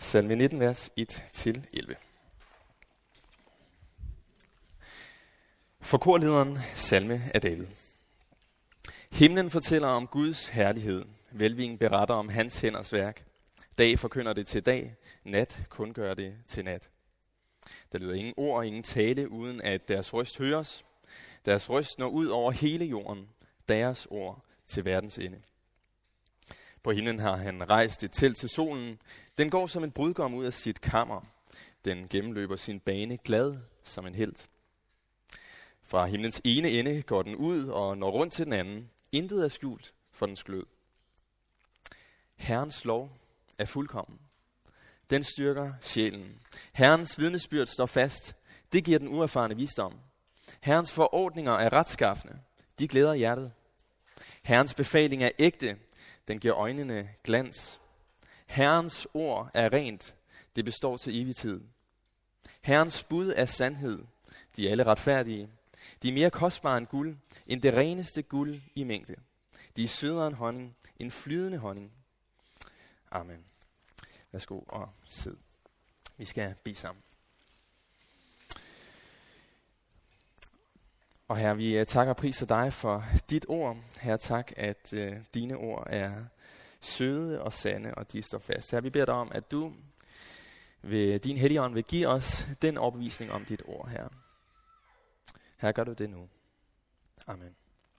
Salme 19, vers 1-11. For korlederen salme af David. Himlen fortæller om Guds herlighed. Velvingen beretter om hans hænders værk. Dag forkynder det til dag. Nat kundgør det til nat. Der lyder ingen ord og ingen tale, uden at deres røst høres. Deres røst når ud over hele jorden. Deres ord til verdens ende. På himlen har han rejst et telt til solen. Den går som en brudgom ud af sit kammer. Den gennemløber sin bane glad som en helt. Fra himlens ene ende går den ud og når rundt til den anden. Intet er skjult for dens glød. Herrens lov er fuldkommen. Den styrker sjælen. Herrens vidnesbyrd står fast. Det giver den uerfarne visdom. Herrens forordninger er retskaffende. De glæder hjertet. Herrens befaling er ægte. Den giver øjnene glans. Herrens ord er rent. Det består til evig tid. Herrens bud er sandhed. De er alle retfærdige. De er mere kostbare end guld, end det reneste guld i mængde. De er sødere end honning, en flydende honning. Amen. Værsgo og sid. Vi skal bede sammen. Og Herre, vi takker og priser dig for dit ord. Herre, tak, at dine ord er søde og sande, og de står fast. Herre, vi beder dig om, at du ved din hellige ånd vil give os den overbevisning om dit ord, Herre. Herre, gør du det nu. Amen.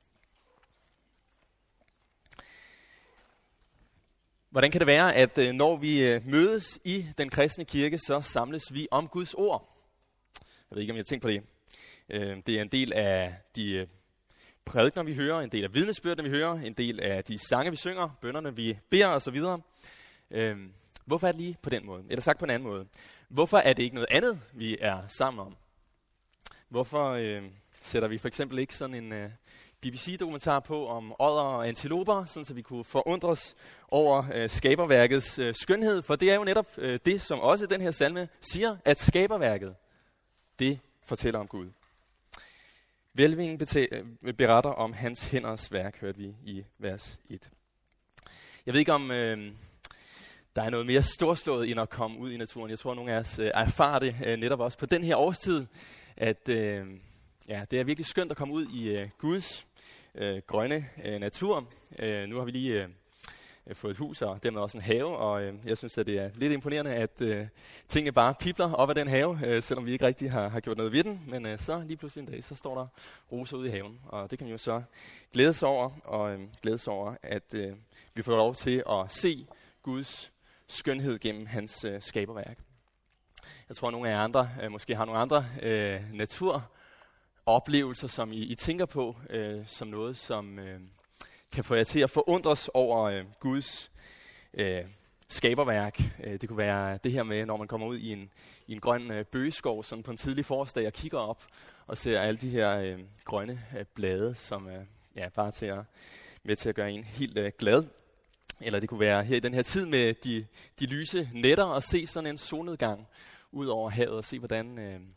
Hvordan kan det være, at når vi mødes i den kristne kirke, så samles vi om Guds ord? Jeg ved ikke, om I har tænkt på det. Det er en del af de prædikener, vi hører, en del af vidnesbyrdene, vi hører, en del af de sange, vi synger, bønnerne, vi beder osv. Hvorfor er det lige på den måde? Eller sagt på en anden måde. Hvorfor er det ikke noget andet, vi er sammen om? Hvorfor sætter vi for eksempel ikke sådan en BBC-dokumentar på om odder og antiloper, sådan så vi kunne forundres over skaberværkets skønhed? For det er jo netop det, som også den her salme siger, at skaberværket, det fortæller om Gud. Velvingen beretter om hans hænders værk, hørte vi i vers 1. Jeg ved ikke, om der er noget mere storslået end at komme ud i naturen. Jeg tror, nogle af os erfarer det netop også på den her årstid, at det er virkelig skønt at komme ud i Guds grønne natur. Nu har vi lige fået et hus og dermed også en have, og jeg synes, at det er lidt imponerende, at tingene bare pibler op ad den have, selvom vi ikke rigtig har gjort noget ved den. Men så lige pludselig en dag, så står der roser ude i haven, og det kan vi jo så glæde sig over, og glæde sig over, at vi får lov til at se Guds skønhed gennem hans skaberværk. Jeg tror, at nogle af jer andre måske har nogle andre naturoplevelser, som I tænker på som noget, som kan få jer til at forundres over Guds skaberværk. Det kunne være det her med, når man kommer ud i en grøn bøgeskov, sådan på en tidlig forårsdag, og kigger op og ser alle de her grønne blade, som bare med til at gøre en helt glad. Eller det kunne være her i den her tid med de lyse nætter, og se sådan en solnedgang ud over havet, og se hvordan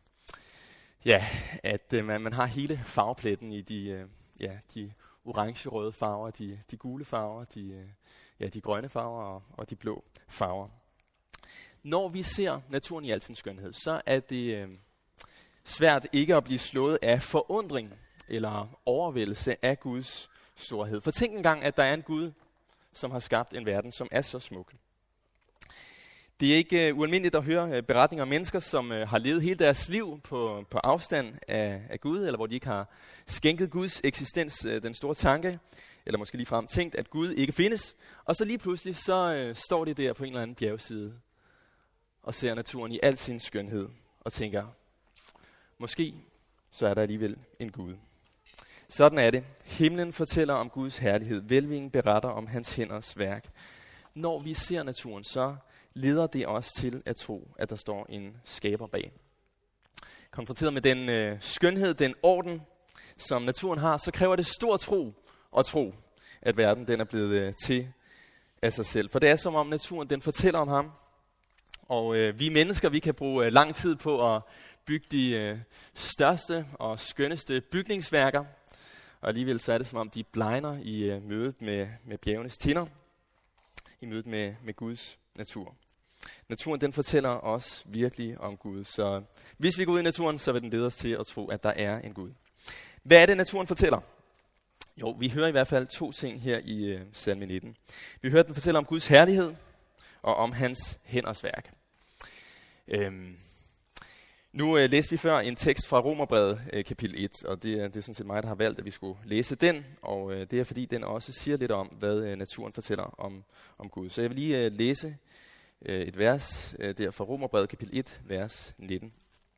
man har hele farvepletten i de orange-røde farver, de gule farver, de grønne farver og de blå farver. Når vi ser naturen i al sin skønhed, så er det svært ikke at blive slået af forundring eller overvældelse af Guds storhed. For tænk engang, at der er en Gud, som har skabt en verden, som er så smuk. Det er ikke ualmindeligt at høre beretninger om mennesker, som har levet hele deres liv på afstand af Gud, eller hvor de ikke har skænket Guds eksistens den store tanke, eller måske ligefrem tænkt, at Gud ikke findes. Og så lige pludselig, så står de der på en eller anden bjergside, og ser naturen i al sin skønhed, og tænker, måske så er der alligevel en Gud. Sådan er det. Himlen fortæller om Guds herlighed. Velvingen beretter om hans hænders værk. Når vi ser naturen, så leder det os til at tro, at der står en skaber bag. Konfronteret med den skønhed, den orden, som naturen har, så kræver det stor tro, at verden den er blevet til af sig selv. For det er som om naturen den fortæller om ham. Og vi mennesker, vi kan bruge lang tid på at bygge de største og skønneste bygningsværker. Og alligevel så er det som om, de blegner i mødet med bjergenes tinder, i mødet med Guds natur. Naturen, den fortæller os virkelig om Gud. Så hvis vi går ud i naturen, så vil den lede os til at tro, at der er en Gud. Hvad er det, naturen fortæller? Jo, vi hører i hvert fald 2 ting her i salme 19. Vi hører, den fortæller om Guds herlighed og om hans hænders værk. Nu læste vi før en tekst fra Romerbrevet kapitel 1, og det er sådan set mig, der har valgt, at vi skulle læse den. Og det er fordi, den også siger lidt om, hvad naturen fortæller om Gud. Så jeg vil lige læse et vers der fra Romerbrevet kapitel 1, vers 19.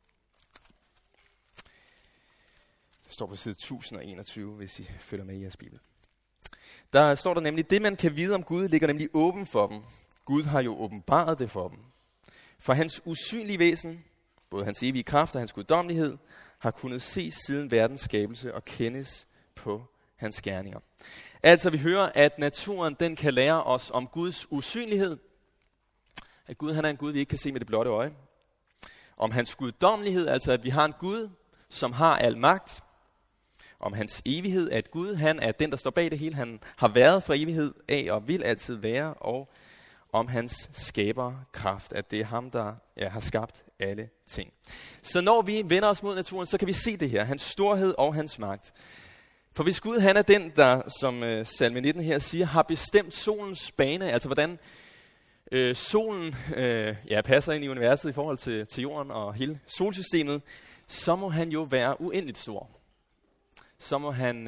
Det står på side 1021, hvis I følger med i jeres bibel. Der står der nemlig, det man kan vide om Gud, ligger nemlig åben for dem. Gud har jo åbenbaret det for dem. For hans usynlige væsen, både hans evige kraft og hans guddommelighed, har kunnet ses siden verdens skabelse og kendes på hans gerninger. Altså vi hører, at naturen den kan lære os om Guds usynlighed. At Gud han er en Gud, vi ikke kan se med det blotte øje. Om hans guddommelighed, altså at vi har en Gud, som har al magt. Om hans evighed, at Gud han er den, der står bag det hele. Han har været fra evighed af og vil altid være. Og om hans skaberkraft, at det er ham, der har skabt alle ting. Så når vi vender os mod naturen, så kan vi se det her, hans storhed og hans magt. For hvis Gud han er den, der, som salme 19 her siger, har bestemt solens bane, altså hvordan solen passer ind i universet i forhold til jorden og hele solsystemet, så må han jo være uendeligt stor. Så må han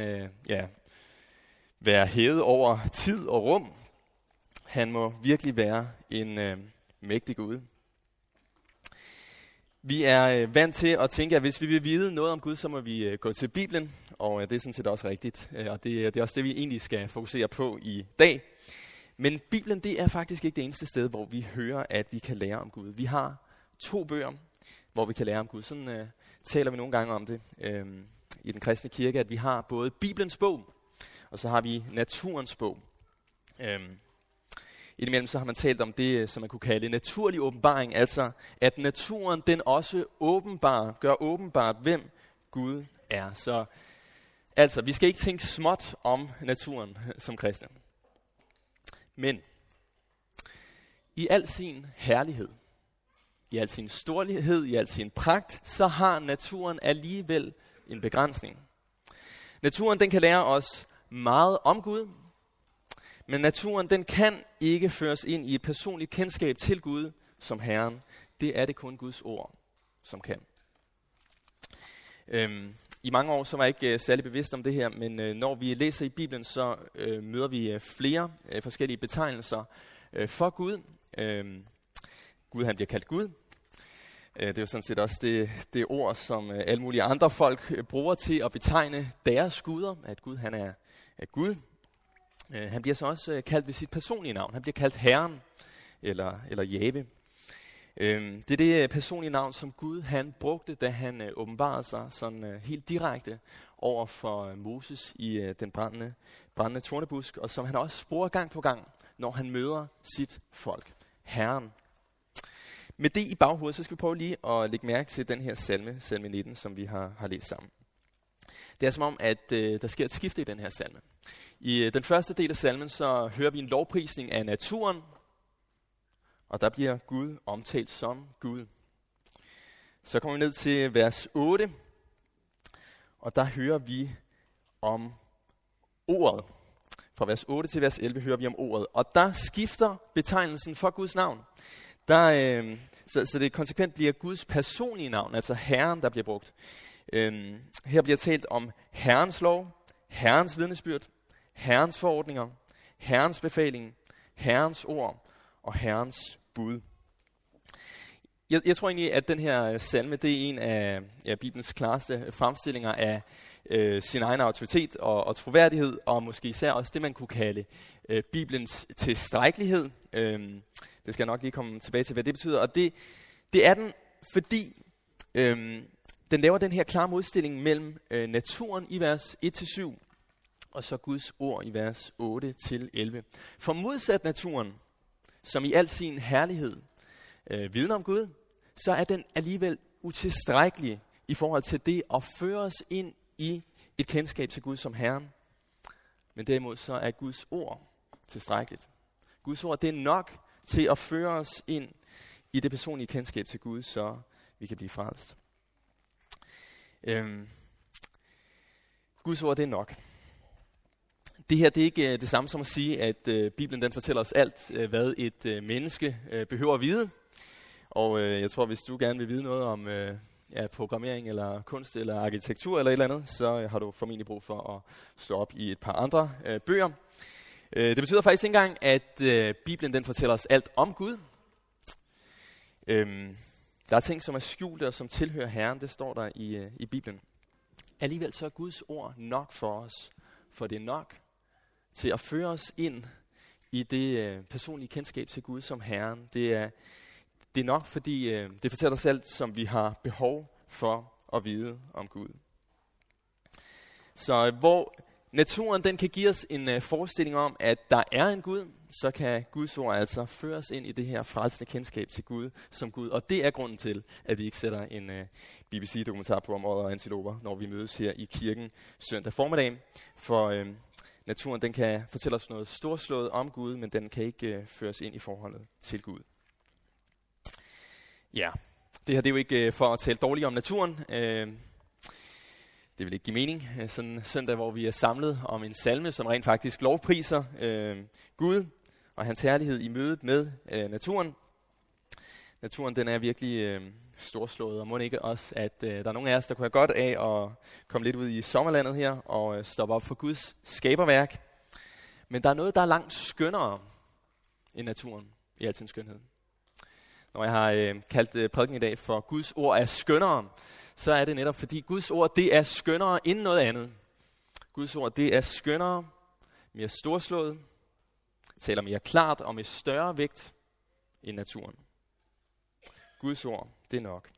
være hævet over tid og rum. Han må virkelig være en mægtig Gud. Vi er vant til at tænke, at hvis vi vil vide noget om Gud, så må vi gå til Bibelen, og det er sådan set også rigtigt. Og det er også det, vi egentlig skal fokusere på i dag. Men Bibelen, det er faktisk ikke det eneste sted, hvor vi hører, at vi kan lære om Gud. Vi har 2 bøger, hvor vi kan lære om Gud. Sådan taler vi nogle gange om det i den kristne kirke, at vi har både Bibelens bog, og så har vi naturens bog. Indimellem så har man talt om det, som man kunne kalde naturlig åbenbaring, altså at naturen den også gør åbenbart, hvem Gud er. Så altså, vi skal ikke tænke småt om naturen som kristne. Men i al sin herlighed, i al sin storlighed, i al sin pragt, så har naturen alligevel en begrænsning. Naturen den kan lære os meget om Gud, men naturen den kan ikke føres ind i et personligt kendskab til Gud som Herren. Det er det kun Guds ord, som kan. I mange år så var jeg ikke særlig bevidst om det her, men når vi læser i Bibelen, så møder vi flere forskellige betegnelser for Gud. Gud han bliver kaldt Gud. Det er jo sådan set også det ord, som alle mulige andre folk bruger til at betegne deres guder, at Gud han er Gud. Han bliver så også kaldt ved sit personlige navn. Han bliver kaldt Herren eller Jave. Det er det personlige navn, som Gud han brugte, da han åbenbarede sig sådan helt direkte over for Moses i den brændende tornebusk, og som han også bruger gang på gang, når han møder sit folk. Herren. Med det i baghovedet, så skal vi prøve lige at lægge mærke til den her salme 19, som vi har læst sammen. Det er som om, at der sker et skifte i den her salme. I den første del af salmen, så hører vi en lovprisning af naturen, og der bliver Gud omtalt som Gud. Så kommer vi ned til vers 8, og der hører vi om ordet. Fra vers 8 til vers 11 hører vi om ordet, og der skifter betegnelsen for Guds navn. Så det konsekvent bliver Guds personlige navn, altså Herren, der bliver brugt. Her bliver talt om Herrens lov, Herrens vidnesbyrd, Herrens forordninger, Herrens befaling, Herrens ord og Herrens bud. Jeg tror egentlig, at den her salme, det er en af Bibelens klareste fremstillinger af sin egen autoritet og troværdighed, og måske især også det, man kunne kalde Bibelens tilstrækkelighed. Det skal jeg nok lige komme tilbage til, hvad det betyder. Og det er den, fordi den laver den her klare modstilling mellem naturen i vers 1-7, og så Guds ord i vers 8-11. For modsat naturen, som i al sin herlighed vidner om Gud, så er den alligevel utilstrækkelig i forhold til det at føre os ind i et kendskab til Gud som Herren. Men derimod så er Guds ord tilstrækkeligt. Guds ord, det er nok til at føre os ind i det personlige kendskab til Gud, så vi kan blive frelst. Guds ord, det er nok. Det her, det er ikke det samme som at sige, at Bibelen den fortæller os alt, hvad et menneske behøver at vide. Og jeg tror, hvis du gerne vil vide noget om programmering, eller kunst, eller arkitektur, eller et eller andet, så har du formentlig brug for at slå op i et par andre bøger. Det betyder faktisk ikke engang, at Bibelen den fortæller os alt om Gud. Der er ting, som er skjulte og som tilhører Herren, det står der i Bibelen. Alligevel så er Guds ord nok for os, for det er nok til at føre os ind i det personlige kendskab til Gud som Herren. Det er nok, fordi det fortæller os alt, som vi har behov for at vide om Gud. Så hvor naturen den kan give os en forestilling om, at der er en Gud, så kan Guds ord altså føre os ind i det her frelsende kendskab til Gud som Gud. Og det er grunden til, at vi ikke sætter en BBC-dokumentar på om odder og antiloper, når vi mødes her i kirken søndag formiddag. For naturen den kan fortælle os noget storslået om Gud, men den kan ikke føre os ind i forholdet til Gud. Ja, det her det er jo ikke for at tale dårligt om naturen. Det vil ikke give mening. Sådan en søndag, hvor vi er samlet om en salme, som rent faktisk lovpriser Gud og hans herlighed i mødet med naturen. Naturen den er virkelig storslået, og må ikke også, at der er nogle af os, der kunne have godt af at komme lidt ud i sommerlandet her og stoppe op for Guds skaberværk. Men der er noget, der er langt skønnere end naturen i al sin skønhed. Når jeg har kaldt prædiken i dag for Guds ord er skønnere, så er det netop fordi Guds ord det er skønnere end noget andet. Guds ord det er skønnere, mere storslået, taler mere klart og med større vægt end naturen. Guds ord, det er nok.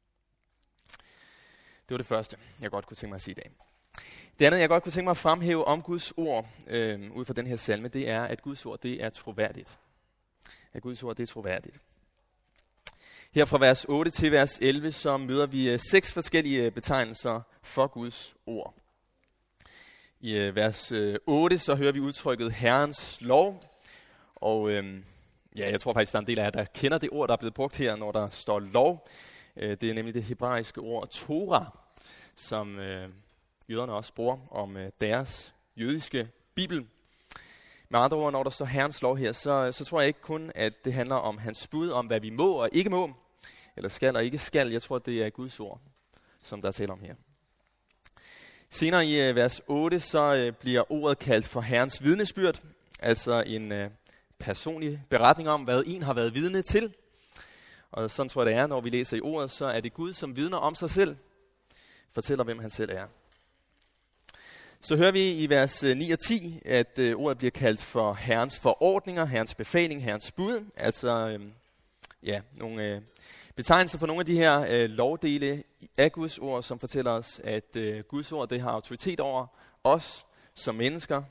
Det var det første, jeg godt kunne tænke mig at sige i dag. Det andet, jeg godt kunne tænke mig at fremhæve om Guds ord, ud fra den her salme, det er, at Guds ord, det er troværdigt. At Guds ord, det er troværdigt. Her fra vers 8 til vers 11, så møder vi 6 forskellige betegnelser for Guds ord. I vers 8, så hører vi udtrykket Herrens lov. Og jeg tror faktisk, der er en del af jer, der kender det ord, der er blevet brugt her, når der står lov. Det er nemlig det hebraiske ord Torah, som jøderne også bruger om deres jødiske bibel. Med andre ord, når der står Herrens lov her, så tror jeg ikke kun, at det handler om hans bud, om hvad vi må og ikke må, eller skal og ikke skal. Jeg tror, det er Guds ord, som der er tale om her. Senere i vers 8, så bliver ordet kaldt for Herrens vidnesbyrd, altså en personlig beretning om, hvad en har været vidne til. Og sådan tror jeg, det er, når vi læser i ordet, så er det Gud, som vidner om sig selv, fortæller, hvem han selv er. Så hører vi i vers 9 og 10, at ordet bliver kaldt for Herrens forordninger, Herrens befaling, Herrens bud. Altså nogle betegnelser for nogle af de her lovdele af Guds ord, som fortæller os, at Guds ord det har autoritet over os som mennesker.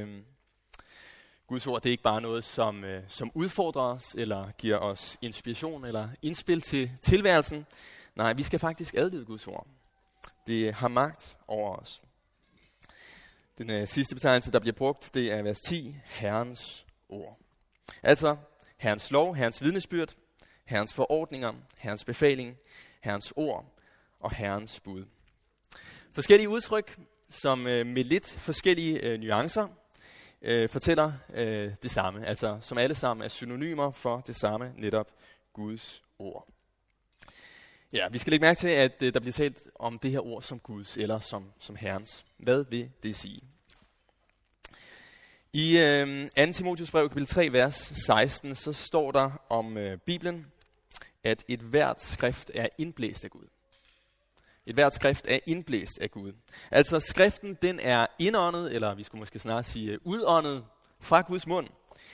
Guds ord det er ikke bare noget, som udfordrer os, eller giver os inspiration eller indspil til tilværelsen. Nej, vi skal faktisk adlyde Guds ord. Det har magt over os. Den sidste betegnelse, der bliver brugt, det er vers 10, Herrens ord. Altså Herrens lov, Herrens vidnesbyrd, Herrens forordninger, Herrens befaling, Herrens ord og Herrens bud. Forskellige udtryk, som med lidt forskellige nuancer fortæller det samme. Altså som alle sammen er synonymer for det samme, netop Guds ord. Ja, vi skal lægge mærke til, at der bliver talt om det her ord som Guds eller som Herrens. Hvad vil det sige? I 2. Timotheus brev, kapitel 3, vers 16, så står der om Bibelen, at et hvert skrift er indblæst af Gud. Et hvert skrift er indblæst af Gud. Altså skriften, den er indåndet, eller vi skulle måske snart sige udåndet fra Guds mund.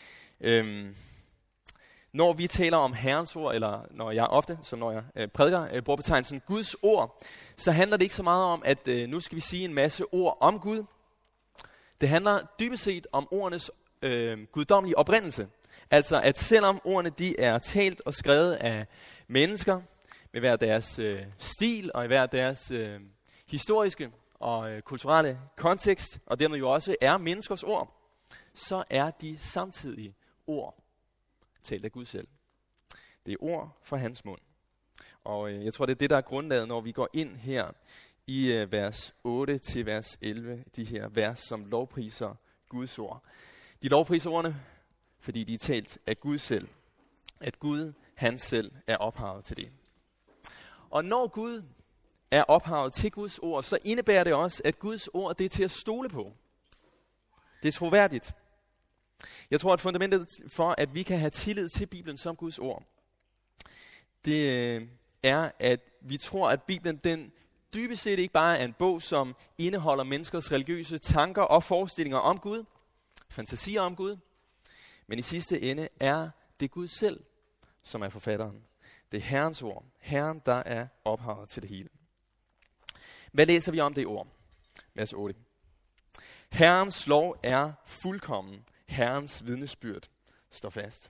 Når vi taler om Herrens ord, eller når jeg prædiker, bruger betegnelsen Guds ord, så handler det ikke så meget om, at nu skal vi sige en masse ord om Gud. Det handler dybest set om ordenes guddommelige oprindelse. Altså at selvom ordene de er talt og skrevet af mennesker, med hver deres stil og i hver deres historiske og kulturelle kontekst, og dermed jo også er menneskers ord, så er de samtidig ord talt af Gud selv. Det er ord fra hans mund. Og jeg tror, det er det, der er grundlaget, når vi går ind her i vers 8 til vers 11, de her vers, som lovpriser Guds ord. De lovpriser ordene, fordi de er talt af Gud selv. At Gud, han selv, er ophavet til det. Og når Gud er ophavet til Guds ord, så indebærer det også, at Guds ord, det er til at stole på. Det er troværdigt. Jeg tror, at fundamentet for, at vi kan have tillid til Bibelen som Guds ord, det er, at vi tror, at Bibelen, den dybest set ikke bare er en bog, som indeholder menneskers religiøse tanker og forestillinger om Gud, fantasier om Gud, men i sidste ende er det Gud selv, som er forfatteren. Det er Herrens ord. Herren, der er ophavet til det hele. Hvad læser vi om det ord? Vers 8. Herrens lov er fuldkommen. Herrens vidnesbyrd står fast.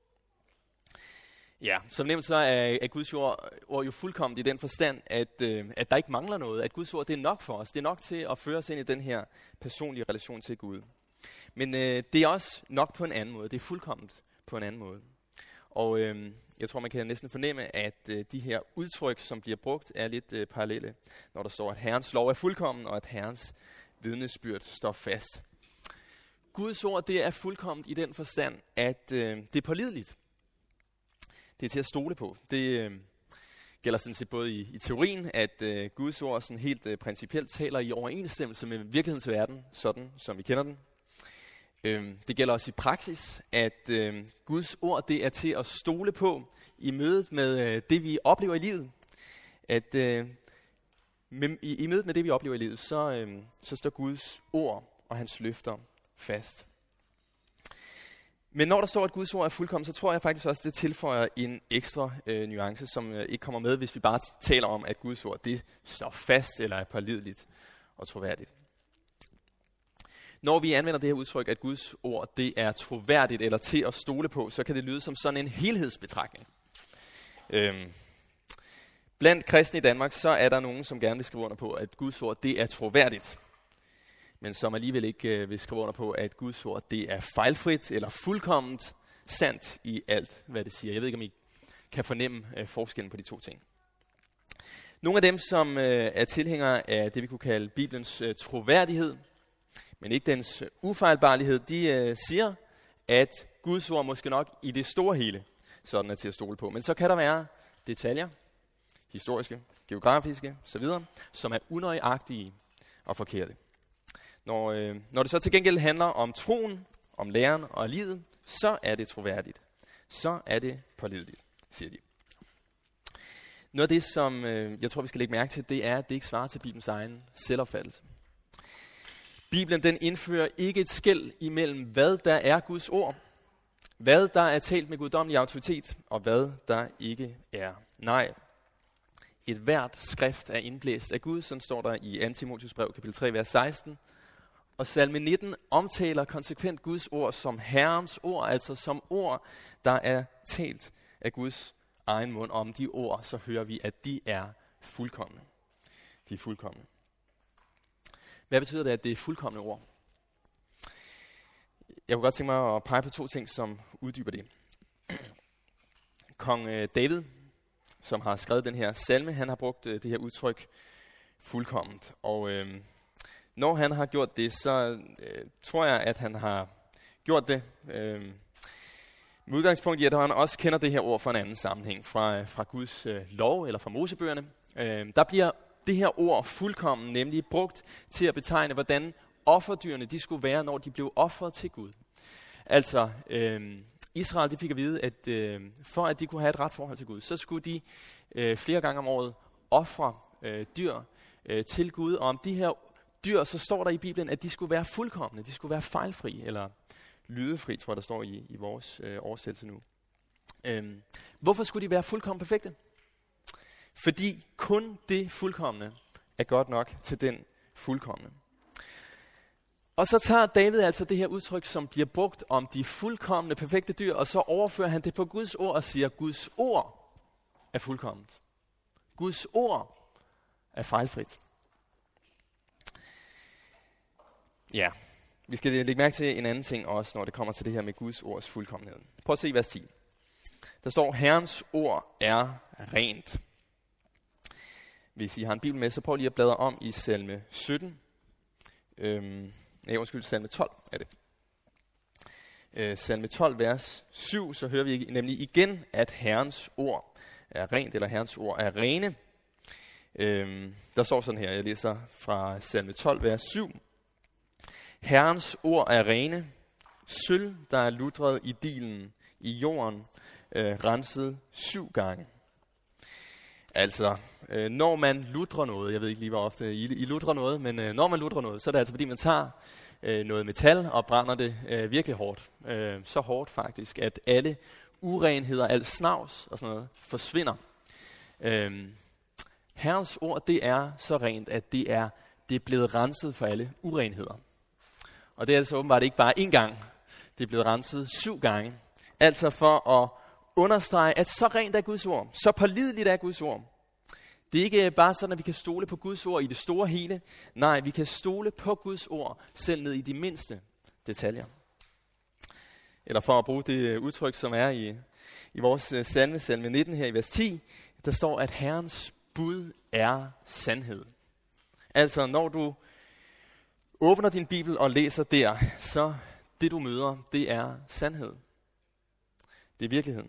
Ja, som nemt så er Guds ord jo fuldkommen i den forstand, at der ikke mangler noget. At Guds ord, det er nok for os. Det er nok til at føre os ind i den her personlige relation til Gud. Men det er også nok på en anden måde. Det er fuldkomment på en anden måde. Og jeg tror, man kan næsten fornemme, at de her udtryk, som bliver brugt, er lidt parallelle, når der står, at Herrens lov er fuldkommen, og at Herrens vidnesbyrd står fast. Guds ord, det er fuldkomment i den forstand, at det er pålideligt. Det er til at stole på. Det gælder sådan set både i teorien, at Guds ord sådan helt principielt taler i overensstemmelse med virkelighedens verden, sådan som vi kender den. Det gælder også i praksis, at Guds ord, det er til at stole på i mødet med det, vi oplever i livet. At i mødet med det, vi oplever i livet, så står Guds ord og hans løfter fast. Men når der står, at Guds ord er fuldkommen, så tror jeg faktisk også, at det tilføjer en ekstra nuance, som ikke kommer med, hvis vi bare taler om, at Guds ord, det står fast eller er pålideligt og troværdigt. Når vi anvender det her udtryk, at Guds ord, det er troværdigt eller til at stole på, så kan det lyde som sådan en helhedsbetragtning. Blandt kristne i Danmark, så er der nogen, som gerne vil skrive under på, at Guds ord, det er troværdigt. Men som alligevel ikke vil skrive under på, at Guds ord, det er fejlfrit eller fuldkomment sandt i alt, hvad det siger. Jeg ved ikke, om I kan fornemme forskellen på de to ting. Nogle af dem, som er tilhængere af det, vi kunne kalde Bibelens troværdighed, men ikke dens ufejlbarlighed, de siger, at Guds ord måske nok i det store hele sådan er til at stole på. Men så kan der være detaljer, historiske, geografiske osv., som er unøjagtige og forkerte. Når det så til gengæld handler om troen, om læren og livet, så er det troværdigt. Så er det pålideligt, siger de. Noget af det, som jeg tror, vi skal lægge mærke til, det er, at det ikke svarer til Bibelens egen selvopfattelse. Bibelen, den indfører ikke et skel imellem, hvad der er Guds ord, hvad der er talt med guddommelig autoritet, og hvad der ikke er. Nej, et hvert skrift er indblæst af Gud, sådan står der i 2. Timotheus brev, kapitel 3, vers 16. Og salme 19 omtaler konsekvent Guds ord som Herrens ord, altså som ord, der er talt af Guds egen mund. Og om de ord, så hører vi, at de er fuldkomne. De er fuldkomne. Hvad betyder det, at det er fuldkomne ord? Jeg kunne godt tænke mig at pege på to ting, som uddyber det. Kong David, som har skrevet den her salme, han har brugt det her udtryk fuldkomment. Og når han har gjort det, så tror jeg, at han har gjort det med udgangspunkt i, at han også kender det her ord fra en anden sammenhæng, fra Guds lov eller fra Mosebøgerne. Der bliver det her ord fuldkommen nemlig brugt til at betegne, hvordan offerdyrene de skulle være, når de blev offret til Gud. Altså, Israel de fik at vide, at for at de kunne have et ret forhold til Gud, så skulle de flere gange om året ofre dyr til Gud. Og om de her dyr, så står der i Bibelen, at de skulle være fuldkomne, de skulle være fejlfri, eller lydefri, tror jeg, der står i vores oversættelse nu. Hvorfor skulle de være fuldkommen perfekte? Fordi kun det fuldkomne er godt nok til den fuldkomne. Og så tager David altså det her udtryk, som bliver brugt om de fuldkomne, perfekte dyr, og så overfører han det på Guds ord og siger, at Guds ord er fuldkomment. Guds ord er fejlfrit. Ja, vi skal lægge mærke til en anden ting også, når det kommer til det her med Guds ords fuldkommenhed. Prøv at se vers 10. Der står, Herrens ord er rent. Hvis I har en bibel med, så prøv lige at bladre om i salme 17. Salme 12 er det. Salme 12, vers 7, så hører vi nemlig igen, at Herrens ord er rent, eller Herrens ord er rene. Der står sådan her, jeg læser fra salme 12, vers 7. Herrens ord er rene, sølv, der er lutret i dilen, i jorden, renset 7 gange. Altså, når man lutrer noget, jeg ved ikke lige, hvor ofte I lutrer noget, men når man lutrer noget, så er det altså, fordi man tager noget metal og brænder det virkelig hårdt. Så hårdt faktisk, at alle urenheder, alt snavs og sådan noget, forsvinder. Herrens ord, det er så rent, at det er blevet renset for alle urenheder. Og det er altså åbenbart ikke bare én gang, det er blevet renset 7 gange. Altså for at understrege, at så rent er Guds ord, så pålideligt er Guds ord. Det er ikke bare sådan, at vi kan stole på Guds ord i det store hele. Nej, vi kan stole på Guds ord, selv ned i de mindste detaljer. Eller for at bruge det udtryk, som er i vores salme 19 her i vers 10, der står, at Herrens bud er sandhed. Altså, når du åbner din bibel og læser der, så det du møder, det er sandhed. Det er virkeligheden.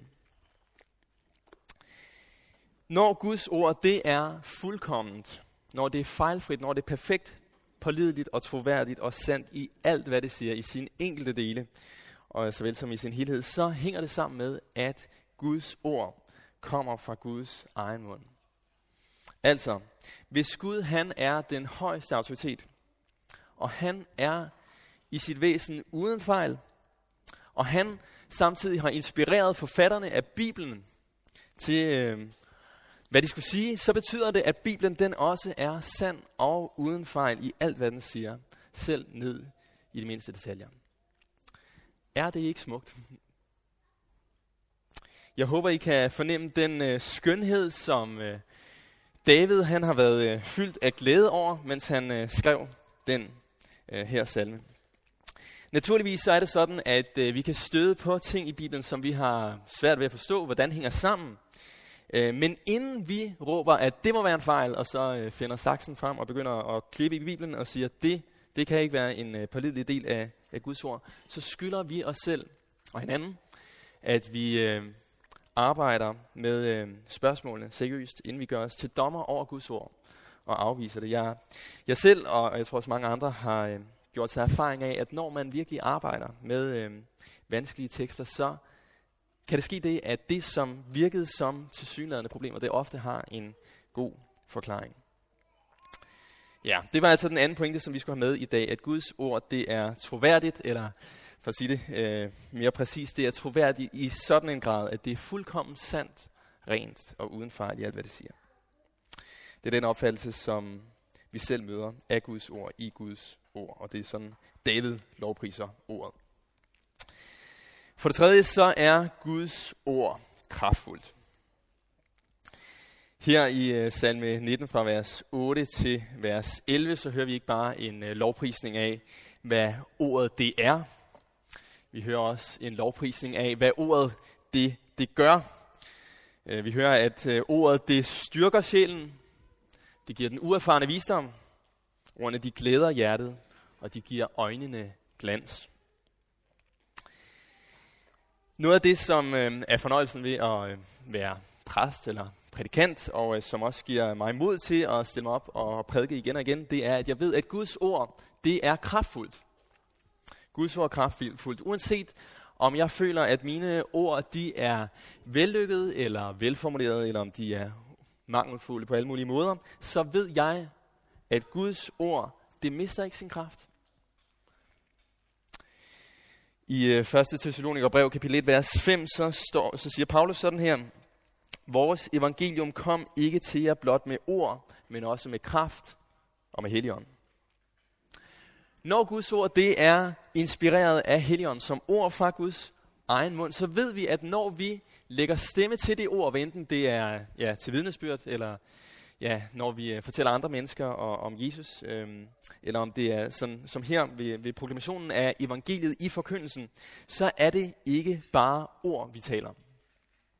Når Guds ord, det er fuldkomment, når det er fejlfrit, når det er perfekt, pålideligt og troværdigt og sandt i alt, hvad det siger, i sine enkelte dele, og såvel som i sin helhed, så hænger det sammen med, at Guds ord kommer fra Guds egen mund. Altså, hvis Gud, han er den højeste autoritet, og han er i sit væsen uden fejl, og han samtidig har inspireret forfatterne af Bibelen til, hvad de skulle sige, så betyder det, at Bibelen den også er sand og uden fejl i alt, hvad den siger, selv ned i de mindste detaljer. Er det ikke smukt? Jeg håber, I kan fornemme den skønhed, som David han har været fyldt af glæde over, mens han skrev den her salme. Naturligvis så er det sådan, at vi kan støde på ting i Bibelen, som vi har svært ved at forstå, hvordan hænger sammen. Men inden vi råber, at det må være en fejl, og så finder saksen frem og begynder at klippe i Bibelen og siger, at det kan ikke være en pålidelig del af Guds ord, så skylder vi os selv og hinanden, at vi arbejder med spørgsmålene seriøst, inden vi gør os til dommer over Guds ord og afviser det. Jeg selv, og jeg tror også mange andre, har gjort sig erfaring af, at når man virkelig arbejder med vanskelige tekster, så kan det ske det, at det, som virkede som tilsyneladende problemer, det ofte har en god forklaring. Ja, det var altså den anden pointe, som vi skulle have med i dag, at Guds ord, det er troværdigt, eller for at sige det mere præcist, det er troværdigt i sådan en grad, at det er fuldkommen sandt, rent og uden fejl i alt, hvad det siger. Det er den opfattelse, som vi selv møder af Guds ord i Guds ord, og det er sådan, David lovpriser ordet. For det tredje, så er Guds ord kraftfuldt. Her i salme 19 fra vers 8 til vers 11, så hører vi ikke bare en lovprisning af, hvad ordet det er. Vi hører også en lovprisning af, hvad ordet det gør. Vi hører, at ordet det styrker sjælen. Det giver den uerfarne visdom. Ordene de glæder hjertet, og de giver øjnene glans. Noget af det, som er fornøjelsen ved at være præst eller prædikant, og som også giver mig mod til at stille mig op og prædike igen og igen, det er, at jeg ved, at Guds ord, det er kraftfuldt. Guds ord er kraftfuldt, uanset om jeg føler, at mine ord, de er vellykkede eller velformulerede, eller om de er mangelfulde på alle mulige måder, så ved jeg, at Guds ord, det mister ikke sin kraft. I 1. Thessalonikerbrev kapitel 1, vers 5, så siger Paulus sådan her: Vores evangelium kom ikke til jer blot med ord, men også med kraft og med Helligånden. Når Guds ord, det er inspireret af Helligånden som ord fra Guds egen mund, så ved vi, at når vi lægger stemme til det ord, enten det er til vidnesbyrd, eller når vi fortæller andre mennesker om Jesus, eller om det er sådan, som her ved proklamationen af evangeliet i forkyndelsen, så er det ikke bare ord, vi taler om.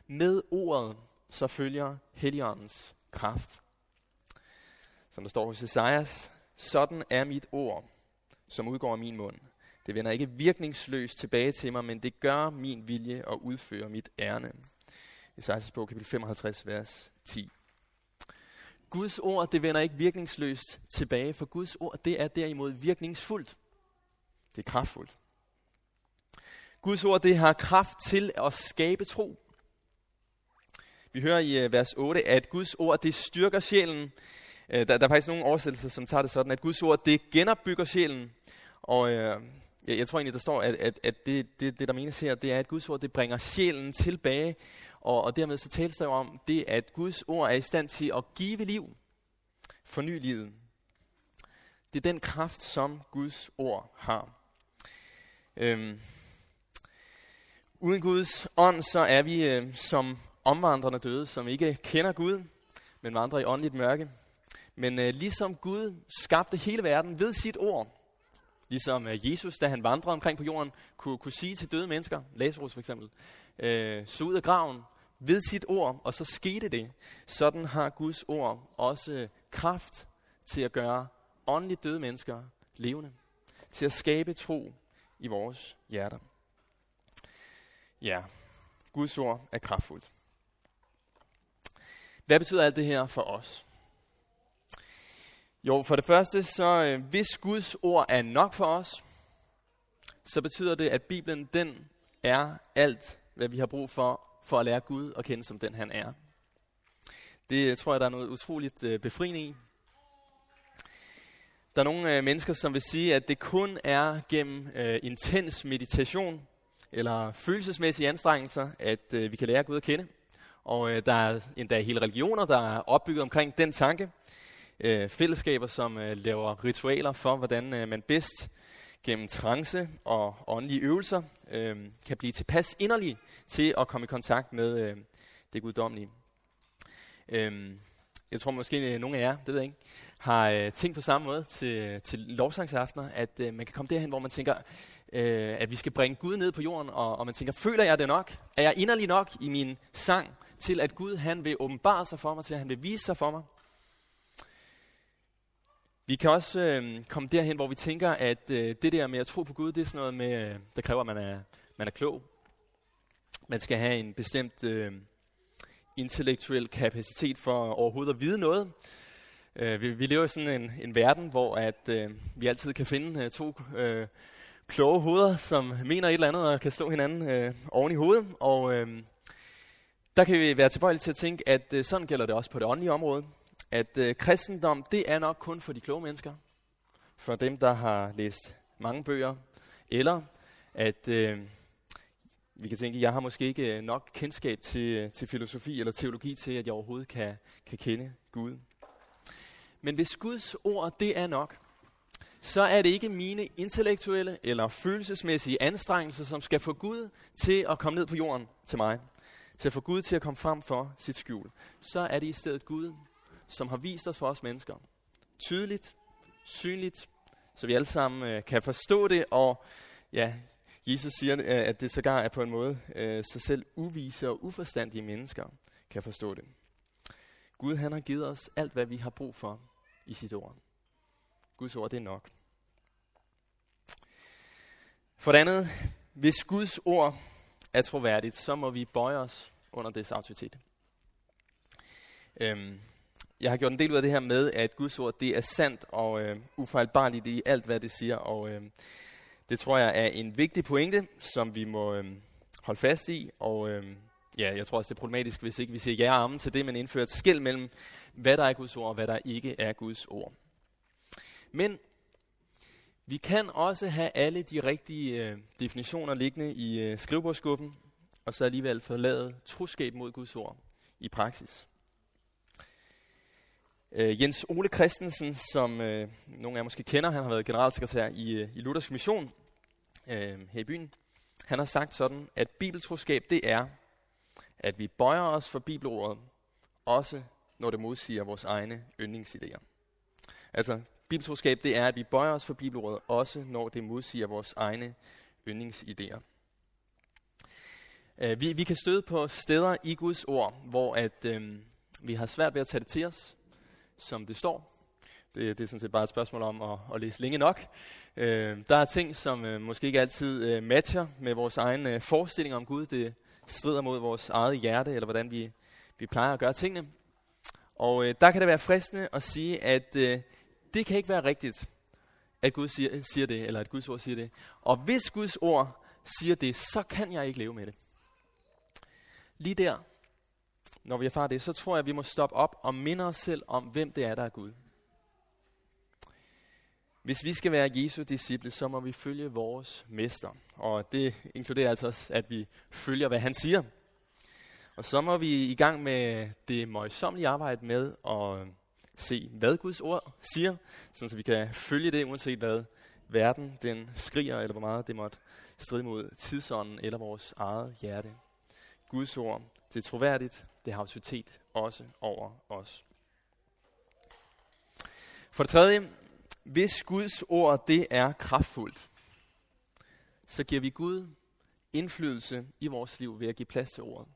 Med ordet så følger Helligåndens kraft. Som der står hos Esajas, sådan er mit ord, som udgår af min mund. Det vender ikke virkningsløst tilbage til mig, men det gør min vilje og udfører mit ærne. Esajas bog, kapitel 55, vers 10. Guds ord, det vender ikke virkningsløst tilbage, for Guds ord, det er derimod virkningsfuldt. Det er kraftfuldt. Guds ord, det har kraft til at skabe tro. Vi hører i vers 8, at Guds ord, det styrker sjælen. Der er faktisk nogle oversættelser, som tager det sådan, at Guds ord, det genopbygger sjælen. Og jeg tror egentlig, der står, at det, der menes her, det er, at Guds ord, det bringer sjælen tilbage. Og dermed så tales der jo om det, at Guds ord er i stand til at give liv, forny livet. Det er den kraft, som Guds ord har. Uden Guds ånd, så er vi som omvandrende døde, som ikke kender Gud, men vandrer i åndeligt mørke. Men ligesom Gud skabte hele verden ved sit ord, ligesom Jesus, da han vandrede omkring på jorden, kunne sige til døde mennesker, Lazarus for eksempel, så ud af graven ved sit ord, og så skete det. Sådan har Guds ord også kraft til at gøre åndeligt døde mennesker levende, til at skabe tro i vores hjerter. Ja, Guds ord er kraftfuldt. Hvad betyder alt det her for os? Jo, for det første, så hvis Guds ord er nok for os, så betyder det, at Bibelen, den er alt, hvad vi har brug for at lære Gud at kende som den, han er. Det tror jeg, der er noget utroligt befriende i. Der er nogle mennesker, som vil sige, at det kun er gennem intens meditation eller følelsesmæssige anstrengelser, at vi kan lære Gud at kende. Og der er endda hele religioner, der er opbygget omkring den tanke. Fællesskaber, som laver ritualer for, hvordan man bedst gennem trance og åndelige øvelser kan blive tilpas inderlig til at komme i kontakt med det guddommelige. Jeg tror måske nogle af jer, det ved jeg ikke, har tænkt på samme måde til lovsangsaftener, at man kan komme derhen, hvor man tænker, at vi skal bringe Gud ned på jorden, og man tænker, føler jeg det nok? Er jeg inderlig nok i min sang til, at Gud han vil åbenbare sig for mig, til at han vil vise sig for mig? Vi kan også komme derhen, hvor vi tænker, at det der med at tro på Gud, det er sådan noget med, der kræver, at man er klog. Man skal have en bestemt intellektuel kapacitet for overhovedet at vide noget. Vi lever i sådan en verden, hvor at vi altid kan finde to kloge hoveder, som mener et eller andet og kan slå hinanden oven i hovedet. Og der kan vi være tilbøjelige til at tænke, at sådan gælder det også på det åndelige område. At kristendom, det er nok kun for de kloge mennesker. For dem, der har læst mange bøger. Eller at vi kan tænke, at jeg har måske ikke nok kendskab til filosofi eller teologi til, at jeg overhovedet kan kende Gud. Men hvis Guds ord, det er nok, så er det ikke mine intellektuelle eller følelsesmæssige anstrengelser, som skal få Gud til at komme ned på jorden til mig. Til at få Gud til at komme frem for sit skjul. Så er det i stedet Gud, som har vist os for os mennesker. Tydeligt, synligt, så vi alle sammen kan forstå det. Og ja, Jesus siger, at det sågar er på en måde, så selv uvise og uforstandige mennesker kan forstå det. Gud han har givet os alt, hvad vi har brug for i sit ord. Guds ord, det er nok. For det andet, hvis Guds ord er troværdigt, så må vi bøje os under dets autoritet. Jeg har gjort en del ud af det her med, at Guds ord, det er sandt og ufejlbarligt i alt, hvad det siger. Og det tror jeg er en vigtig pointe, som vi må holde fast i. Og jeg tror også, det er problematisk, hvis ikke vi siger ja og amen til det, men indfører et skel mellem, hvad der er Guds ord og hvad der ikke er Guds ord. Men vi kan også have alle de rigtige definitioner liggende i skrivebordsskuffen, og så alligevel forlade troskab mod Guds ord i praksis. Jens Ole Christensen, som nogle af jer måske kender, han har været generalsekretær i Luthersk Mission her i byen. Han har sagt sådan, at bibeltroskab det er, at vi bøjer os for bibelordet, også når det modsiger vores egne yndlingsidéer. Altså, bibeltroskab det er, at vi bøjer os for bibelordet, også når det modsiger vores egne yndlingsidéer. Vi kan støde på steder i Guds ord, hvor vi har svært ved at tage det til os, som det står. Det er sådan set bare et spørgsmål om at læse længe nok. Der er ting, som måske ikke altid matcher med vores egen forestilling om Gud. Det strider mod vores eget hjerte, eller hvordan vi plejer at gøre tingene. Og der kan det være fristende at sige, at det kan ikke være rigtigt, at Gud siger det, eller at Guds ord siger det. Og hvis Guds ord siger det, så kan jeg ikke leve med det. Lige der, når vi erfarer det, så tror jeg, at vi må stoppe op og minde os selv om, hvem det er, der er Gud. Hvis vi skal være Jesu disciple, så må vi følge vores mester. Og det inkluderer altså også, at vi følger, hvad han siger. Og så må vi i gang med det møjsommelige arbejde med at se, hvad Guds ord siger, så vi kan følge det, uanset hvad verden den skriger, eller hvor meget det måtte stride mod tidsånden eller vores eget hjerte. Guds ord, det er troværdigt, det har autoritet også over os. For det tredje, hvis Guds ord det er kraftfuldt, så giver vi Gud indflydelse i vores liv ved at give plads til ordet.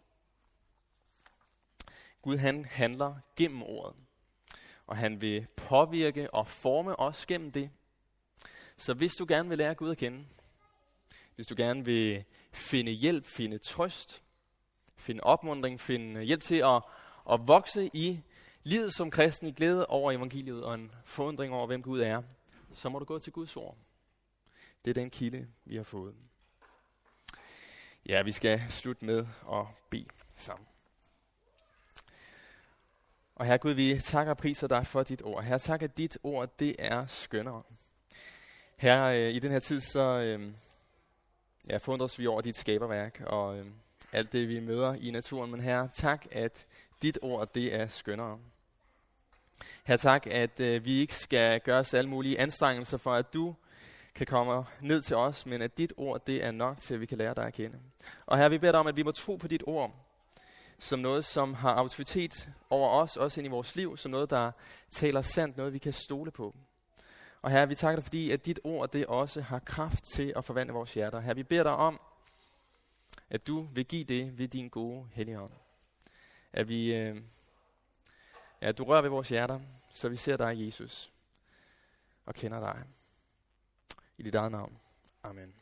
Gud han handler gennem ordet, og han vil påvirke og forme os gennem det. Så hvis du gerne vil lære Gud at kende, hvis du gerne vil finde hjælp, finde trøst, finde opmuntring, finde hjælp til at vokse i livet som kristen, i glæde over evangeliet og en forundring over, hvem Gud er, så må du gå til Guds ord. Det er den kilde, vi har fået. Ja, vi skal slutte med at bede sammen. Og Herre Gud, vi takker og priser dig for dit ord. Herre, tak at dit ord, det er skønnere. Herre, i den her tid, så forundres vi over dit skaberværk og alt det, vi møder i naturen. Men Herre, tak at dit ord, det er skønnere. Herre, tak at vi ikke skal gøre os alle mulige anstrengelser for, at du kan komme ned til os, men at dit ord, det er nok til, at vi kan lære dig at kende. Og Herre, vi beder dig om, at vi må tro på dit ord, som noget, som har autoritet over os, også ind i vores liv, som noget, der taler sandt, noget, vi kan stole på. Og Herre, vi takker dig, fordi at dit ord, det også har kraft til at forvandle vores hjerter. Herre, vi beder dig om, at du vil give det ved din gode Helligånd. At du rører ved vores hjerter, så vi ser dig, Jesus, og kender dig. I dit eget navn. Amen.